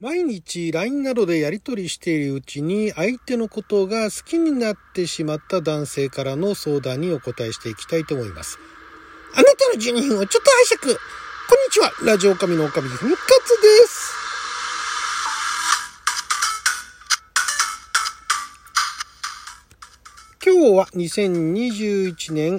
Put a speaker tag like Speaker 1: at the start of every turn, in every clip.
Speaker 1: 毎日 LINE などでやり取りしているうちに相手のことが好きになってしまった男性からの相談にお答えしていきたいと思います。あなたの12分をちょっと拝借。こんにちは、ラジオ神の神ふみかつです。今日は2021年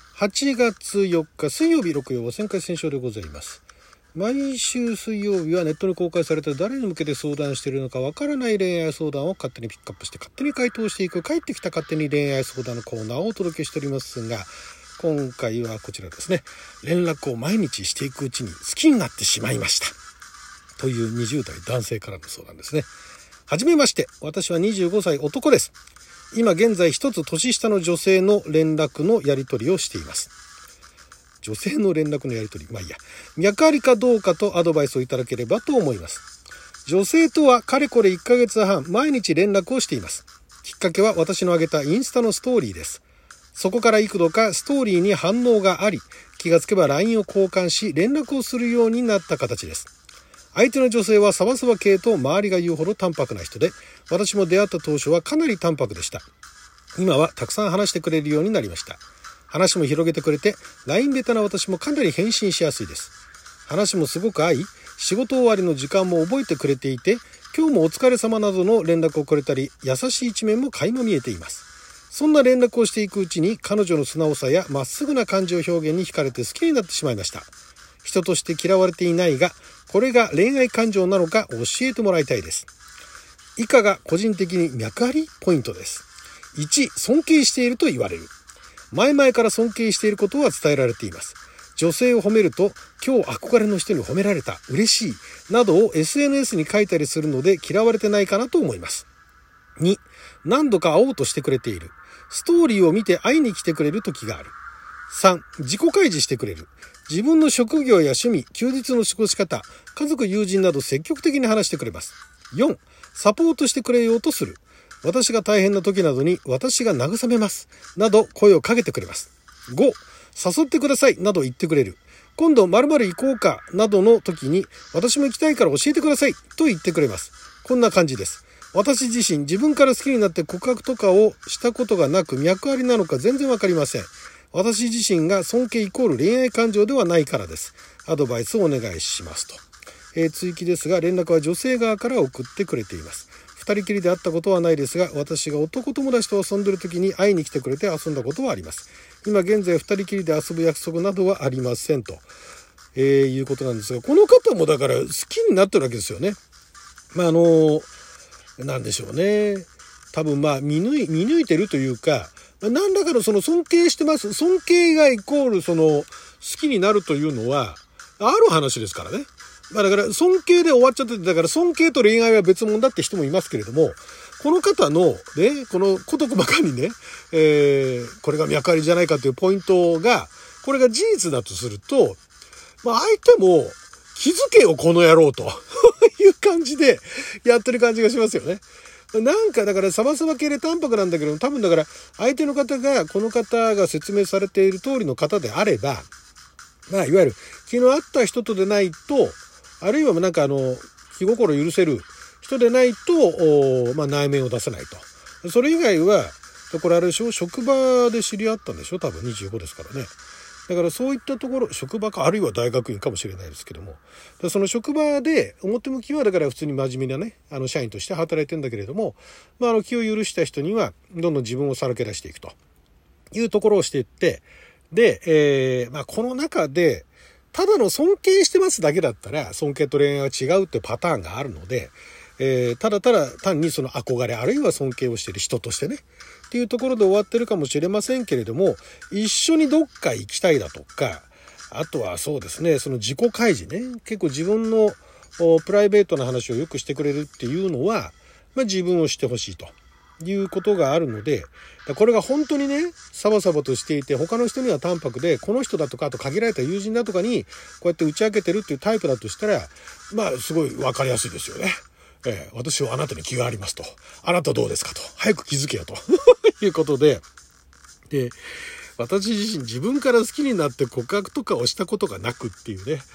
Speaker 1: 8月4日水曜日、6曜は旋回戦勝でございます。毎週水曜日はネットに公開された誰に向けて相談しているのかわからない恋愛相談を勝手にピックアップして勝手に回答していく帰ってきた勝手に恋愛相談のコーナーをお届けしておりますが、今回はこちらですね。連絡を毎日していくうちに好きになってしまいましたという20代男性からの相談ですね。はじめまして、私は25歳男です。今現在一つ年下の女性の連絡のやり取りをしています。女性の連絡のやり取り、まあいいや、脈ありかどうかとアドバイスをいただければと思います。女性とはかれこれ1ヶ月半毎日連絡をしています。きっかけは私の上げたインスタのストーリーです。そこから幾度かストーリーに反応があり、気がつけば LINE を交換し連絡をするようになった形です。相手の女性はサバサバ系と周りが言うほど淡白な人で、私も出会った当初はかなり淡白でした。今はたくさん話してくれるようになりました。話も広げてくれて、LINE ベタな私もかなり返信しやすいです。話もすごく合い、仕事終わりの時間も覚えてくれていて、今日もお疲れ様などの連絡をくれたり、優しい一面も垣間見えています。そんな連絡をしていくうちに、彼女の素直さやまっすぐな感情表現に惹かれて好きになってしまいました。人として嫌われていないが、これが恋愛感情なのか教えてもらいたいです。以下が個人的に脈ありポイントです。1、尊敬していると言われる。前々から尊敬していることは伝えられています。女性を褒めると、今日憧れの人に褒められた、嬉しい、などを SNS に書いたりするので嫌われてないかなと思います。2、何度か会おうとしてくれている。ストーリーを見て会いに来てくれる時がある。3、自己開示してくれる。自分の職業や趣味、休日の過ごし方、家族、友人など積極的に話してくれます。4、サポートしてくれようとする。私が大変な時などに私が慰めますなど声をかけてくれます。5、誘ってくださいなど言ってくれる。今度〇〇行こうかなどの時に私も行きたいから教えてくださいと言ってくれます。こんな感じです。私自身自分から好きになって告白とかをしたことがなく脈ありなのか全然わかりません。私自身が尊敬イコール恋愛感情ではないからです。アドバイスをお願いしますと。追記ですが連絡は女性側から送ってくれています。二人きりで会ったことはないですが、私が男友達と遊んでいる時に会いに来てくれて遊んだことはあります。今現在二人きりで遊ぶ約束などはありませんと、いうことなんですが、この方もだから好きになってるわけですよね。なんでしょうね。多分見抜いてるというか、何らかのその尊敬してます。尊敬がイコールその好きになるというのはある話ですからね。だから尊敬で終わっちゃってて、だから尊敬と恋愛は別物だって人もいますけれども、この方のね、この事細かにね、これが脈ありじゃないかというポイントが、これが事実だとすると、相手も気づけよこの野郎という感じでやってる感じがしますよね。なんかだからサバサバ系で淡白なんだけど、多分だから相手の方がこの方が説明されている通りの方であれば、いわゆる昨日会った人とでないと、あるいはなんか気心許せる人でないと、内面を出せないと。それ以外は、これあれでしょ、職場で知り合ったんでしょ、多分25ですからね。だからそういったところ、職場かあるいは大学院かもしれないですけども、その職場で表向きはだから普通に真面目なね、社員として働いてんだけれども、気を許した人にはどんどん自分をさらけ出していくというところをしていって、で、この中でただの尊敬してますだけだったら尊敬と恋愛は違うってパターンがあるので、ただ単にその憧れあるいは尊敬をしている人としてねっていうところで終わってるかもしれませんけれども、一緒にどっか行きたいだとか、あとはそうですね、その自己開示ね、結構自分のプライベートな話をよくしてくれるっていうのは、自分をしてほしいということがあるので、これが本当にねサバサバとしていて他の人には淡白で、この人だとかあと限られた友人だとかにこうやって打ち明けてるっていうタイプだとしたら、すごい分かりやすいですよね。私はあなたに気がありますと、あなたどうですかと、早く気づけよということで、私自身自分から好きになって告白とかをしたことがなくっていうね、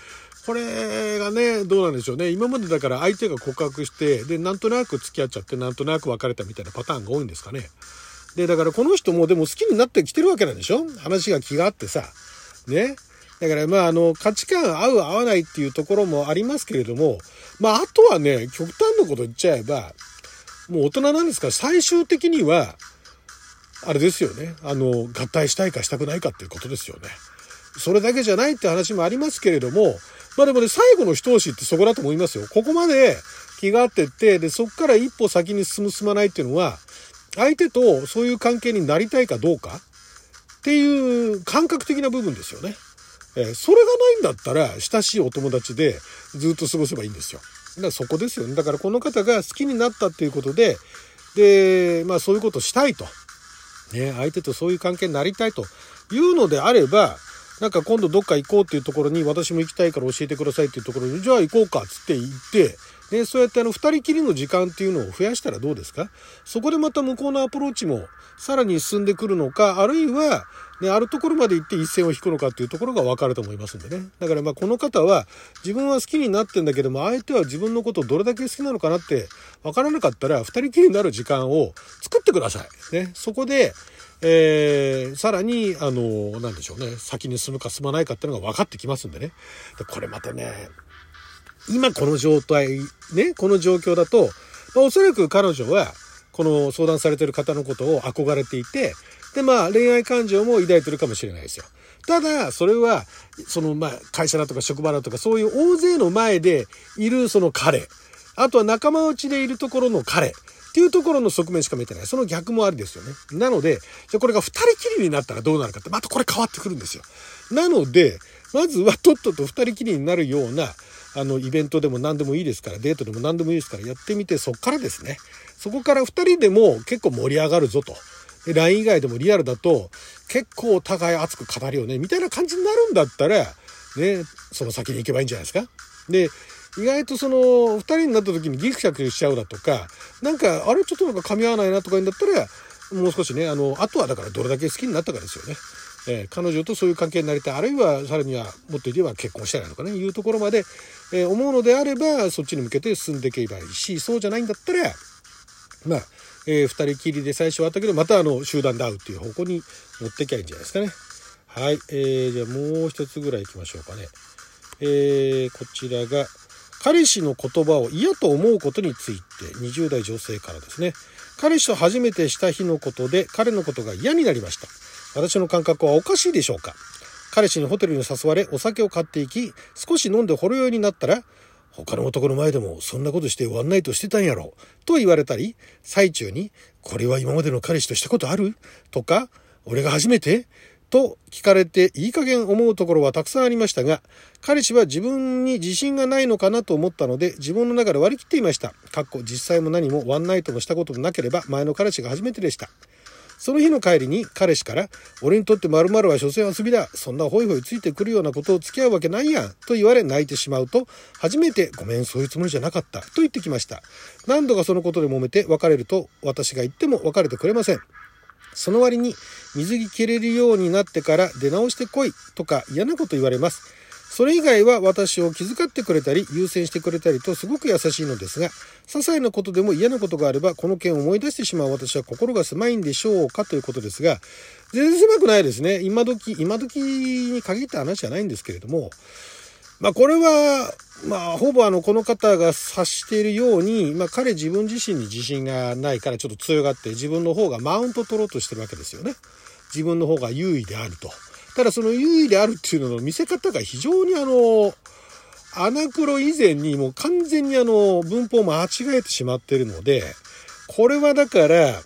Speaker 1: これがね、どうなんでしょうね。今までだから相手が告白して、で、なんとなく付き合っちゃって、なんとなく別れたみたいなパターンが多いんですかね。で、だからこの人もでも好きになってきてるわけなんでしょ？話が気があってさ。ね。だから価値観合う合わないっていうところもありますけれども、あとはね、極端なこと言っちゃえば、もう大人なんですから、最終的には、あれですよね。合体したいかしたくないかっていうことですよね。それだけじゃないって話もありますけれども、でもね、最後の一押しってそこだと思いますよ。ここまで気が合ってって、で、そこから一歩先に進まないっていうのは、相手とそういう関係になりたいかどうかっていう感覚的な部分ですよね。それがないんだったら、親しいお友達でずっと過ごせばいいんですよ。だからそこですよね。だからこの方が好きになったっていうことで、で、そういうことをしたいと。ね、相手とそういう関係になりたいというのであれば、なんか今度どっか行こうっていうところに、私も行きたいから教えてくださいっていうところに、じゃあ行こうかっつって行って、で、そうやって二人きりの時間っていうのを増やしたらどうですか？そこでまた向こうのアプローチもさらに進んでくるのか、あるいは、ね、あるところまで行って一線を引くのかっていうところが分かると思いますんでね。だからこの方は自分は好きになってんだけども、相手は自分のことをどれだけ好きなのかなって分からなかったら、二人きりになる時間を作ってください。ね。そこで、さらに、なんでしょうね、先に進むか進まないかっていうのが分かってきますんでね。でこれまたね、今この状態、ね、この状況だと、おそらく彼女は、この相談されている方のことを憧れていて、で、恋愛感情も抱いてるかもしれないですよ。ただ、それは、会社だとか職場だとか、そういう大勢の前でいるその彼、あとは仲間内でいるところの彼、っていうところの側面しか見てない。その逆もありですよね。なので、じゃあこれが二人きりになったらどうなるかって、またこれ変わってくるんですよ。なので、まずはとっとと二人きりになるような、イベントでも何でもいいですから、デートでも何でもいいですからやってみて、そっからですね。そこから二人でも結構盛り上がるぞと。で、LINE 以外でもリアルだと、結構お互い熱く語るよね、みたいな感じになるんだったら、ね、その先に行けばいいんじゃないですか。で、意外とその二人になった時にギクシャクしちゃうだとか、なんかあれちょっとなんか噛み合わないなとか言うんだったら、もう少しね、あとはだからどれだけ好きになったかですよね。彼女とそういう関係になりたい、あるいはさらにはもっと言えば結婚したいとかね、いうところまで、思うのであればそっちに向けて進んでいけばいいし、そうじゃないんだったら二人きりで最初はあったけど、また集団で会うっていう方向に持っていきゃいいんじゃないですかね。はい、じゃあもう一つぐらい行きましょうかね。こちらが彼氏の言葉を嫌と思うことについて、20代女性からですね。彼氏と初めてした日のことで彼のことが嫌になりました。私の感覚はおかしいでしょうか。彼氏にホテルに誘われお酒を買っていき、少し飲んでほろ酔いになったら、他の男の前でもそんなことしてワンナイトしてたんやろと言われたり、最中にこれは今までの彼氏としたことあるとか、俺が初めてと聞かれていい加減思うところはたくさんありましたが、彼氏は自分に自信がないのかなと思ったので自分の中で割り切っていました。実際も何もワンナイトもしたこともなければ前の彼氏が初めてでした。その日の帰りに彼氏から、俺にとって〇〇は所詮遊びだ、そんなホイホイついてくるようなことを付き合うわけないやんと言われ泣いてしまうと、初めてごめんそういうつもりじゃなかったと言ってきました。何度かそのことで揉めて別れると、私が言っても別れてくれません。その割に水着着れるようになってから出直してこいとか嫌なこと言われます。それ以外は私を気遣ってくれたり優先してくれたりとすごく優しいのですが、些細なことでも嫌なことがあればこの件を思い出してしまう私は心が狭いんでしょうかということですが、全然狭くないですね。今時に限った話じゃないんですけれども、これはほぼこの方が察しているように、彼自分自身に自信がないからちょっと強がって自分の方がマウント取ろうとしてるわけですよね。自分の方が優位であると。ただその優位であるっていうのの見せ方が非常にアナクロ以前にもう完全に文法を間違えてしまっているので、これはだから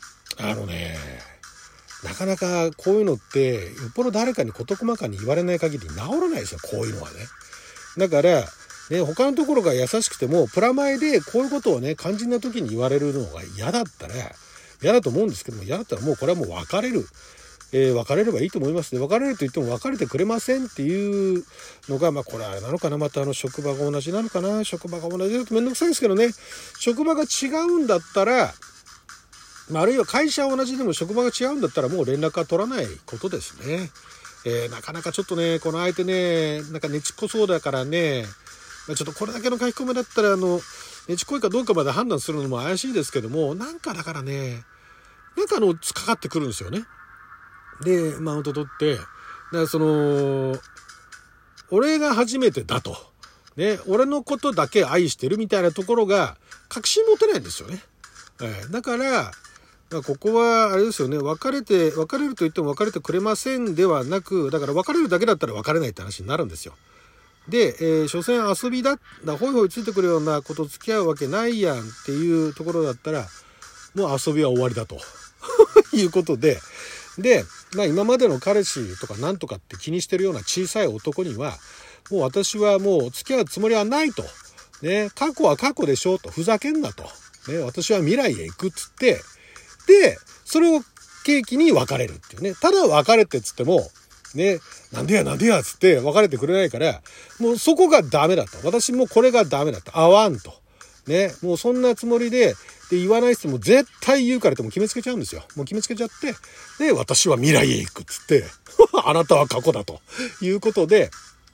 Speaker 1: なかなかこういうのってよっぽど誰かに事細かに言われない限り治らないですよ、こういうのはね。だからね、他のところが優しくてもプラマイでこういうことをね肝心な時に言われるのが嫌だったら、嫌だと思うんですけども、嫌だったらもうこれはもう別れる。別れればいいと思いますね。別れると言っても別れてくれませんっていうのが、これあれなのかな、また職場が同じなのかな。職場が同じだとめんどくさいですけどね。職場が違うんだったら、あるいは会社は同じでも職場が違うんだったらもう連絡は取らないことですね。なかなかちょっとね、この相手ね、なんかねちっこそうだからね、 ちょっとこれだけの書き込みだったらねちこいかどうかまで判断するのも怪しいですけども、なんかだからね、なんかかかってくるんですよね。でマウント取って、だから俺が初めてだとね、俺のことだけ愛してるみたいなところが確信持てないんですよね。だからここはあれですよね、別れると言っても別れてくれませんではなく、だから別れるだけだったら別れないって話になるんですよ。で、所詮遊びだホイホイついてくるようなこと付き合うわけないやんっていうところだったら、もう遊びは終わりだということで、今までの彼氏とかなんとかって気にしてるような小さい男には、もう私はもう付き合うつもりはないと、ね、過去は過去でしょと、ふざけんなと、ね、私は未来へ行くっつって、でそれを契機に別れるっていうね。ただ別れてっつってもね、なんでやっつって別れてくれないから、もうそこがダメだと、私もこれがダメだと、合わんとね、もうそんなつもりで言わないっつっても絶対言うからってもう決めつけちゃうんですよ。もう決めつけちゃって、で私は未来へ行くっつってあなたは過去だということで、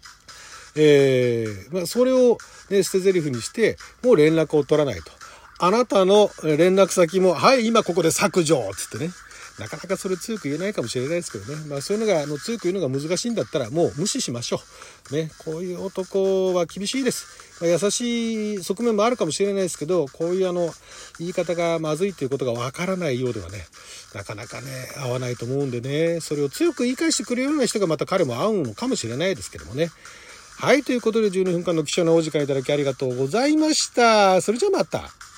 Speaker 1: それを、ね、捨て台詞にしてもう連絡を取らないと。あなたの連絡先もはい今ここで削除っつってね、なかなかそれ強く言えないかもしれないですけどね、そういうのが強く言うのが難しいんだったらもう無視しましょうね。こういう男は厳しいです。優しい側面もあるかもしれないですけど、こういう言い方がまずいということがわからないようではね、なかなかね合わないと思うんでね、それを強く言い返してくれるような人がまた彼も合うのかもしれないですけどもね。はい、ということで12分間の貴重なお時間いただきありがとうございました。それじゃあまた。